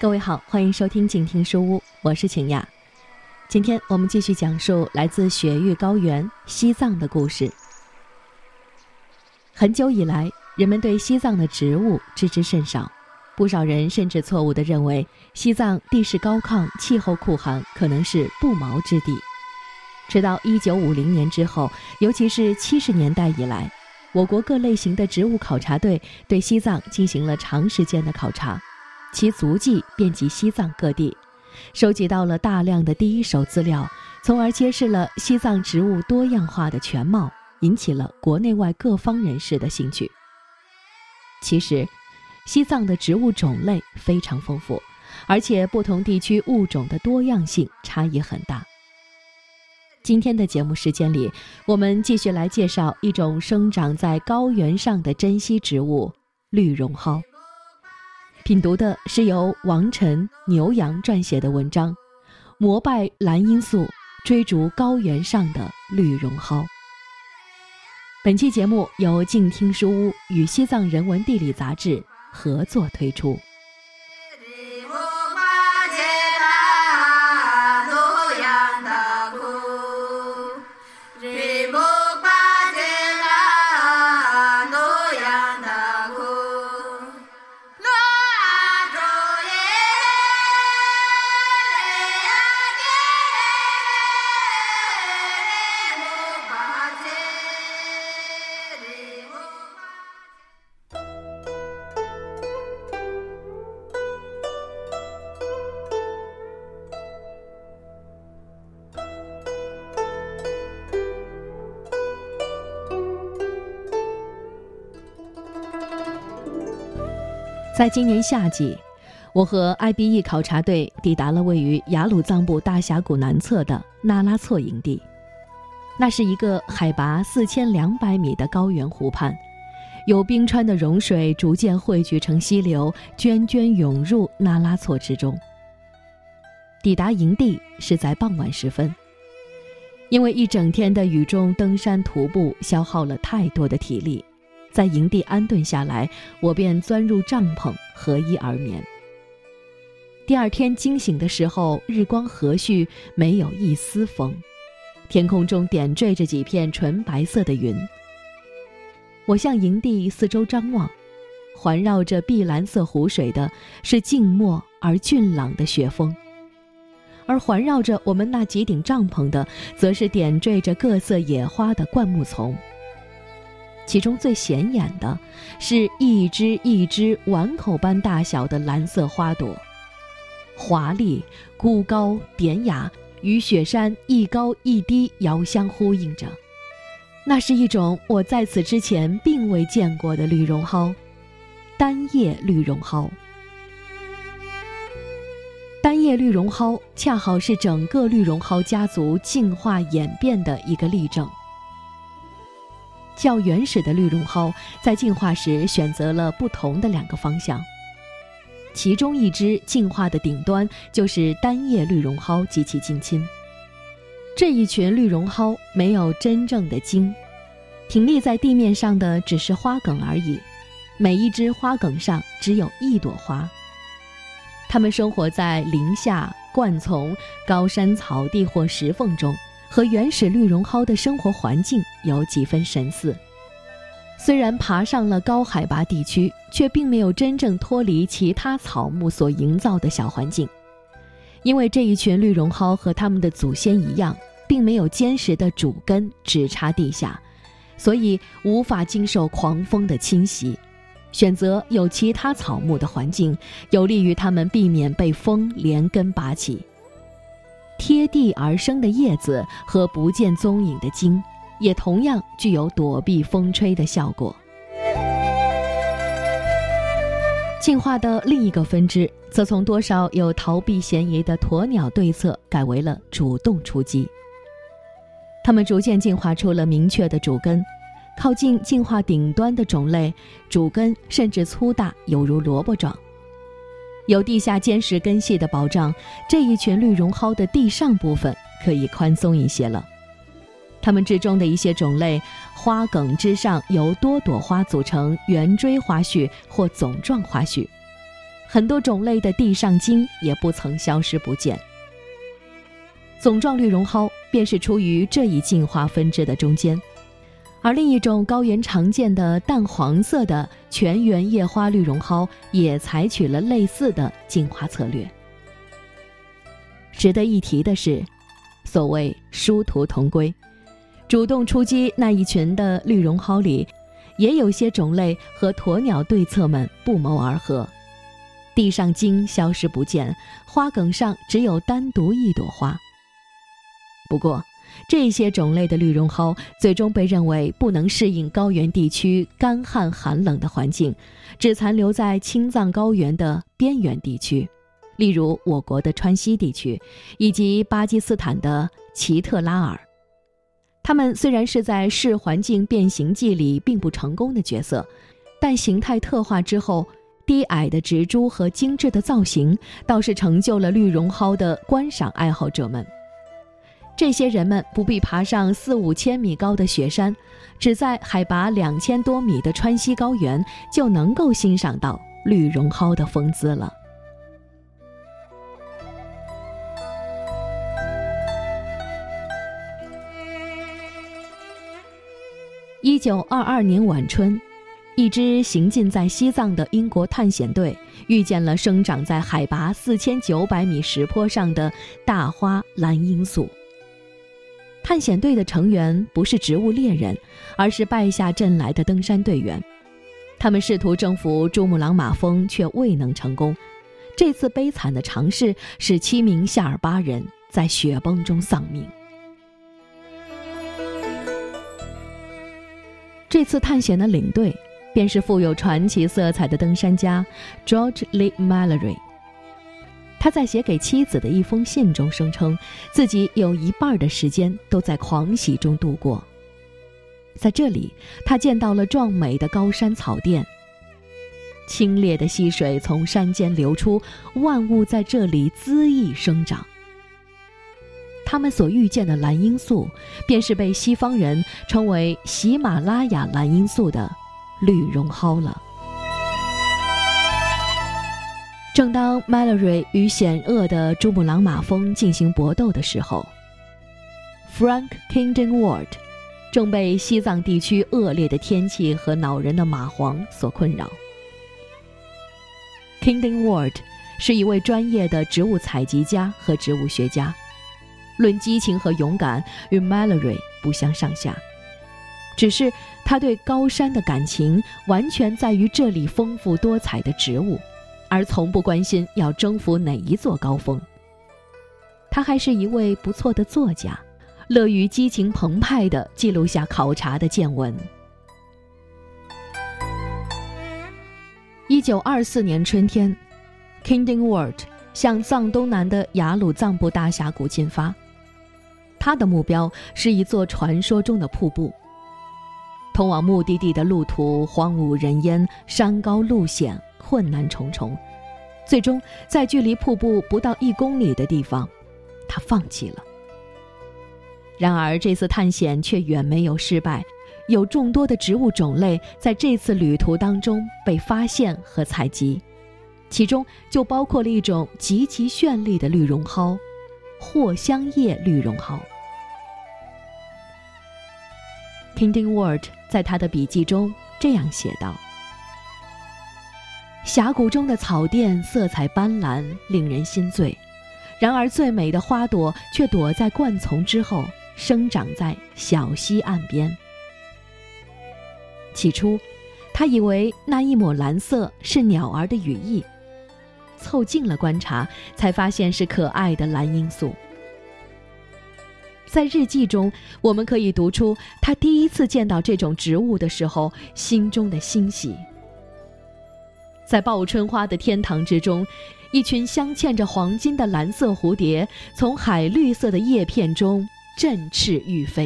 各位好，欢迎收听静听书屋，我是晴雅。今天我们继续讲述来自雪域高原西藏的故事。很久以来，人们对西藏的植物知之甚少，不少人甚至错误地认为西藏地势高亢，气候酷寒，可能是不毛之地。直到1950年之后，尤其是70年代以来，我国各类型的植物考察队对西藏进行了长时间的考察，其足迹遍及西藏各地，收集到了大量的第一手资料，从而揭示了西藏植物多样化的全貌，引起了国内外各方人士的兴趣。其实，西藏的植物种类非常丰富，而且不同地区物种的多样性差异很大。今天的节目时间里，我们继续来介绍一种生长在高原上的珍稀植物——绿绒蒿。品读的是由王晨、牛羊撰写的文章《膜拜蓝罂粟，追逐高原上的绿绒蒿》。本期节目由静听书屋与西藏人文地理杂志合作推出。在今年夏季，我和 IBE 考察队抵达了位于雅鲁藏布大峡谷南侧的那拉措营地。那是一个海拔4200米的高原湖畔，有冰川的融水逐渐汇聚成溪流，涓涓涌入那拉措之中。抵达营地是在傍晚时分，因为一整天的雨中登山徒步消耗了太多的体力，在营地安顿下来，我便钻入帐篷，合衣而眠。第二天惊醒的时候，日光和煦，没有一丝风，天空中点缀着几片纯白色的云。我向营地四周张望，环绕着碧蓝色湖水的是静默而俊朗的雪峰，而环绕着我们那几顶帐篷的，则是点缀着各色野花的灌木丛。其中最显眼的是一只一只碗口般大小的蓝色花朵，华丽、孤高、典雅，与雪山一高一低遥相呼应着。那是一种我在此之前并未见过的绿绒蒿——单叶绿绒蒿。单叶绿绒蒿恰好是整个绿绒蒿家族进化演变的一个例证。较原始的绿绒蒿在进化时选择了不同的2个方向，其中一支进化的顶端就是单叶绿绒蒿及其近亲。这一群绿绒蒿没有真正的茎，挺立在地面上的只是花梗而已，每一只花梗上只有1朵花。它们生活在林下、灌丛、高山草地或石缝中，和原始绿绒蒿的生活环境有几分神似。虽然爬上了高海拔地区，却并没有真正脱离其他草木所营造的小环境。因为这一群绿绒蒿和它们的祖先一样，并没有坚实的主根直插地下，所以无法经受狂风的侵袭。选择有其他草木的环境，有利于它们避免被风连根拔起。贴地而生的叶子和不见踪影的茎，也同样具有躲避风吹的效果。进化的另一个分支，则从多少有逃避嫌疑的鸵鸟对策改为了主动出击。它们逐渐进化出了明确的主根，靠近进化顶端的种类，主根甚至粗大，犹如萝卜状。有地下坚实根系的保障，这一群绿绒蒿的地上部分可以宽松一些了。它们之中的一些种类，花梗之上由多朵花组成圆锥花序或总状花序， 很多种类的地上茎也不曾消失不见。总状绿绒蒿便是处于这一进化分支的中间，而另一种高原常见的淡黄色的全缘叶花绿绒蒿也采取了类似的进化策略。值得一提的是，所谓殊途同归，主动出击那一群的绿绒蒿里，也有些种类和鸵鸟对策们不谋而合，地上茎消失不见，花梗上只有单独一朵花。不过这些种类的绿绒蒿最终被认为不能适应高原地区干旱寒冷的环境，只残留在青藏高原的边缘地区，例如我国的川西地区以及巴基斯坦的奇特拉尔。它们虽然是在视环境变形记里并不成功的角色，但形态特化之后，低矮的植株和精致的造型倒是成就了绿绒蒿的观赏爱好者们。这些人们不必爬上4-5千米高的雪山，只在海拔2000多米的川西高原就能够欣赏到绿绒蒿的风姿了。1922年晚春，一支行进在西藏的英国探险队遇见了生长在海拔4900米石坡上的大花蓝罂粟。探险队的成员不是植物猎人，而是败下阵来的登山队员。他们试图征服珠穆朗玛峰，却未能成功。这次悲惨的尝试使7名夏尔巴人在雪崩中丧命。这次探险的领队便是富有传奇色彩的登山家 George Lee Mallory。他在写给妻子的一封信中声称，自己有一半的时间都在狂喜中度过。在这里，他见到了壮美的高山草甸，清冽的溪水从山间流出，万物在这里恣意生长。他们所遇见的蓝罂粟，便是被西方人称为喜马拉雅蓝罂粟的绿绒蒿了。正当 Mallory 与险恶的珠穆朗玛峰进行搏斗的时候， Frank Kingdon-Ward 正被西藏地区恶劣的天气和恼人的蚂蟥所困扰。 Kingdon-Ward 是一位专业的植物采集家和植物学家，论激情和勇敢与 Mallory 不相上下，只是他对高山的感情完全在于这里丰富多彩的植物，而从不关心要征服哪一座高峰。他还是一位不错的作家，乐于激情澎湃地记录下考察的见闻。1924年春天， Kingdon-Ward 向藏东南的雅鲁藏布大峡谷进发，他的目标是一座传说中的瀑布。通往目的地的路途荒无人烟，山高路险，困难重重。最终在距离瀑布不到1公里的地方，他放弃了。然而这次探险却远没有失败，有众多的植物种类在这次旅途当中被发现和采集，其中就包括了一种极其绚丽的绿绒蒿——藿香叶绿绒蒿。Kingdon-Ward 在他的笔记中这样写道：峡谷中的草甸色彩斑斓，令人心醉，然而最美的花朵却躲在灌丛之后，生长在小溪岸边。起初他以为那一抹蓝色是鸟儿的羽翼，凑近了观察，才发现是可爱的蓝罂粟。在日记中，我们可以读出他第一次见到这种植物的时候心中的欣喜。在报春花的天堂之中，一群镶嵌着黄金的蓝色蝴蝶从海绿色的叶片中振翅欲飞。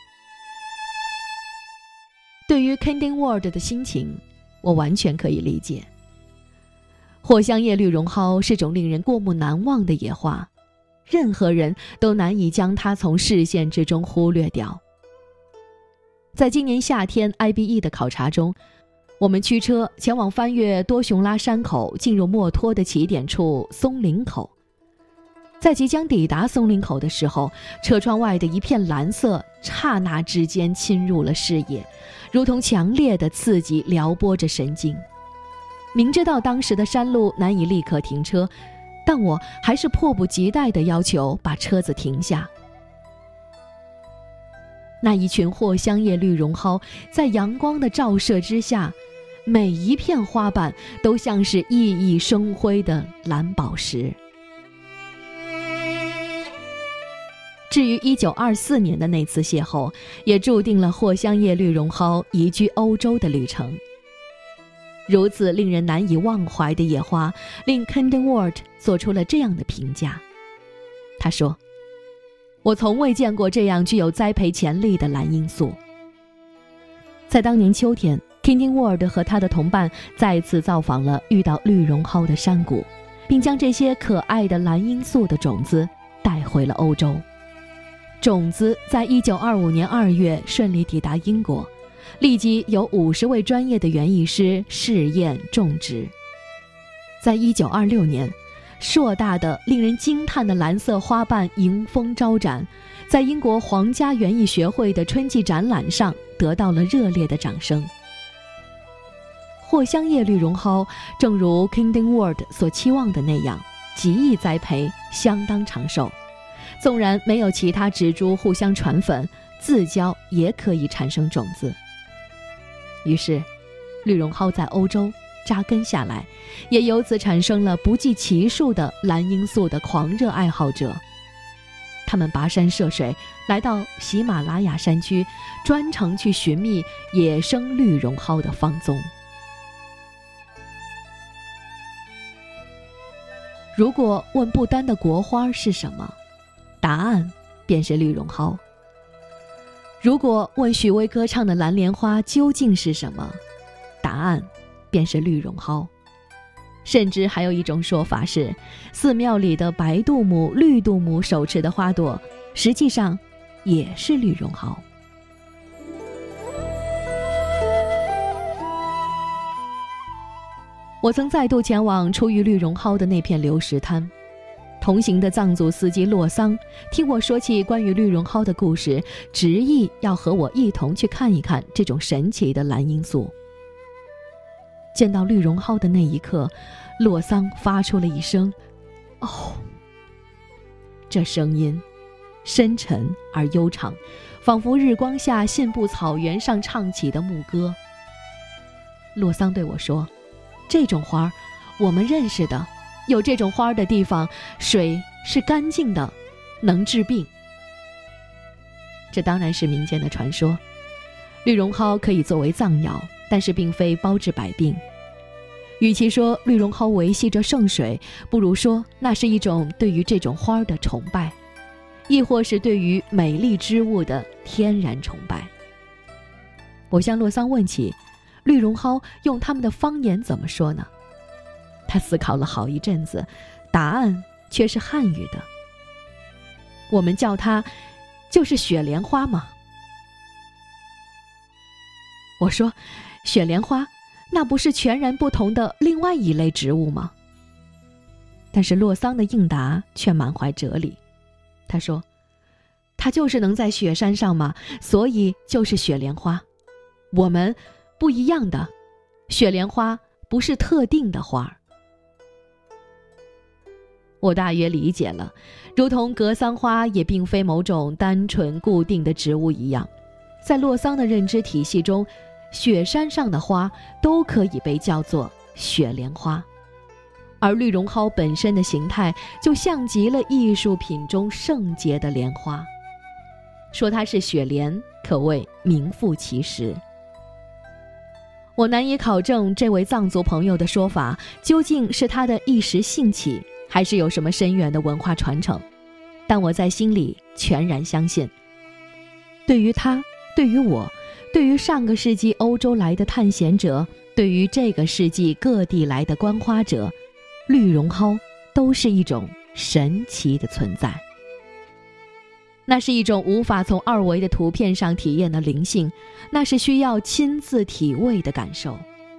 对于 Kingdon-Ward 的心情，我完全可以理解。藿香叶绿绒蒿是种令人过目难忘的野花，任何人都难以将它从视线之中忽略掉。在今年夏天 IBE 的考察中， 我们驱车前往翻越多雄拉山口进入墨脱的起点处松林口。在即将抵达松林口的时候，车窗外的一片蓝色刹那之间侵入了视野，如同强烈的刺激撩拨着神经。明知道当时的山路难以立刻停车，但我还是迫不及待地要求把车子停下。那一群藿香叶绿绒蒿在阳光的照射之下，每一片花瓣都像是熠熠生辉的蓝宝石。至于1924年的那次邂逅，也注定了藿香叶绿绒蒿移居欧洲的旅程。如此令人难以忘怀的野花，令 Camden Ward 做出了这样的评价。他说：我从未见过这样具有栽培潜力的蓝罂粟。在当年秋天， Camden Ward 和他的同伴再次造访了遇到绿绒蒿的山谷，并将这些可爱的蓝罂粟的种子带回了欧洲。种子在1925年2月顺利抵达英国，立即有50位专业的园艺师试验种植。在1926年，硕大的令人惊叹的蓝色花瓣迎风招展，在英国皇家园艺学会的春季展览上得到了热烈的掌声。藿香叶绿绒蒿正如 Camden Ward 所期望的那样，极易栽培，相当长寿。纵然没有其他植株互相传粉，自交也可以产生种子。于是绿绒蒿在欧洲扎根下来，也由此产生了不计其数的蓝罂粟的狂热爱好者。他们跋山涉水来到喜马拉雅山区，专程去寻觅野生绿绒蒿的芳踪。如果问不丹的国花是什么，答案便是绿绒蒿。如果问许巍歌唱的蓝莲花究竟是什么，答案便是绿绒蒿。甚至还有一种说法是，寺庙里的白杜母、绿杜母手持的花朵，实际上也是绿绒蒿。我曾再度前往出于绿绒蒿的那片流石滩，同行的藏族司机洛桑听我说起关于绿绒蒿的故事，执意要和我一同去看一看这种神奇的蓝罂粟。见到绿绒蒿的那一刻，洛桑发出了一声“哦”，这声音深沉而悠长，仿佛日光下信步草原上唱起的牧歌。洛桑对我说：“这种花我们认识的，有这种花的地方，水是干净的，能治病。”这当然是民间的传说。绿绒蒿可以作为藏药，但是并非包治百病。与其说绿绒蒿维系着圣水，不如说那是一种对于这种花的崇拜，亦或是对于美丽之物的天然崇拜。我向洛桑问起，绿绒蒿用他们的方言怎么说呢？他思考了好一阵子，答案却是汉语的。我们叫它就是雪莲花嘛。我说，雪莲花那不是全然不同的另外一类植物吗？但是洛桑的应答却满怀哲理。他说，它就是能在雪山上嘛，所以就是雪莲花。我们不一样的，雪莲花不是特定的花。我大约理解了，如同格桑花也并非某种单纯固定的植物一样，在洛桑的认知体系中，雪山上的花都可以被叫做雪莲花，而绿绒蒿本身的形态就像极了艺术品中圣洁的莲花，说它是雪莲可谓名副其实。我难以考证这位藏族朋友的说法究竟是他的一时兴起，还是有什么深远的文化传承，但我在心里全然相信，对于他，对于我，对于上个世纪欧洲来的探险者，对于这个世纪各地来的观花者，绿绒蒿都是一种神奇的存在。那是一种无法从二维的图片上体验的灵性，那是需要亲自体味的感受。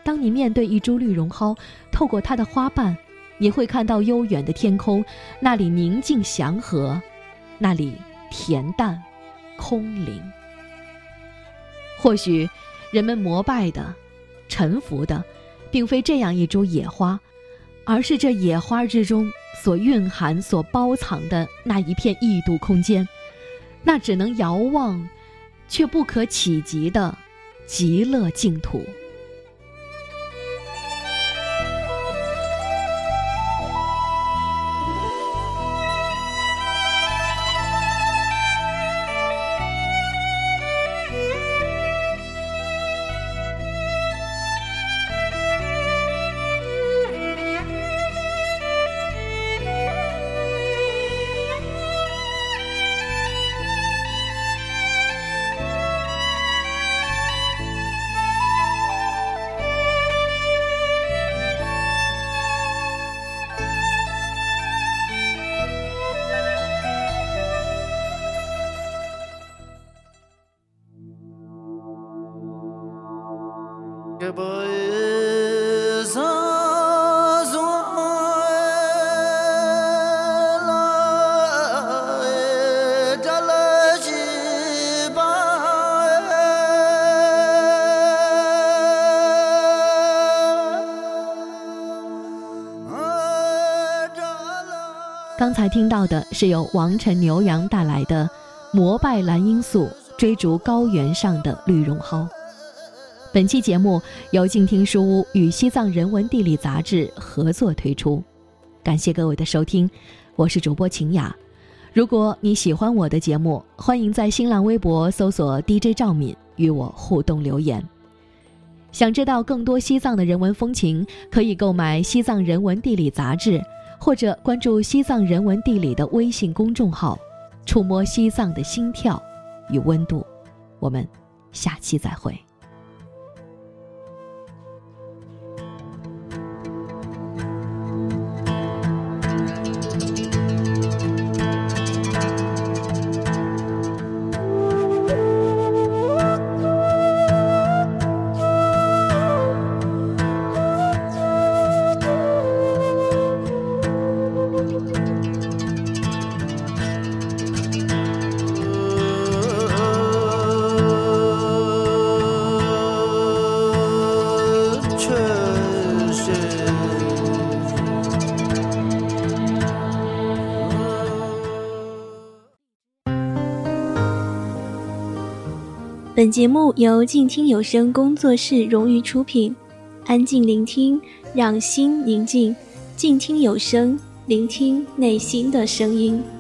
当你面对一株绿绒蒿，透过它的花瓣，你会看到悠远的天空，那里宁静祥和，那里恬淡空灵。或许人们膜拜的、臣服的，并非这样一株野花，而是这野花之中所蕴含、所包藏的那一片异度空间，那只能遥望却不可企及的极乐净土。刚才听到的是由王晨牛羊带来的膜拜蓝罂粟，追逐高原上的绿绒蒿。本期节目由静听书屋与西藏人文地理杂志合作推出，感谢各位的收听，我是主播晴雅。如果你喜欢我的节目，欢迎在新浪微博搜索 DJ 赵敏与我互动留言。想知道更多西藏的人文风情，可以购买西藏人文地理杂志，或者关注西藏人文地理的微信公众号，触摸西藏的心跳与温度。我们下期再会。 本节目由静听有声工作室荣誉出品，安静聆听，让心宁静，静听有声，聆听内心的声音。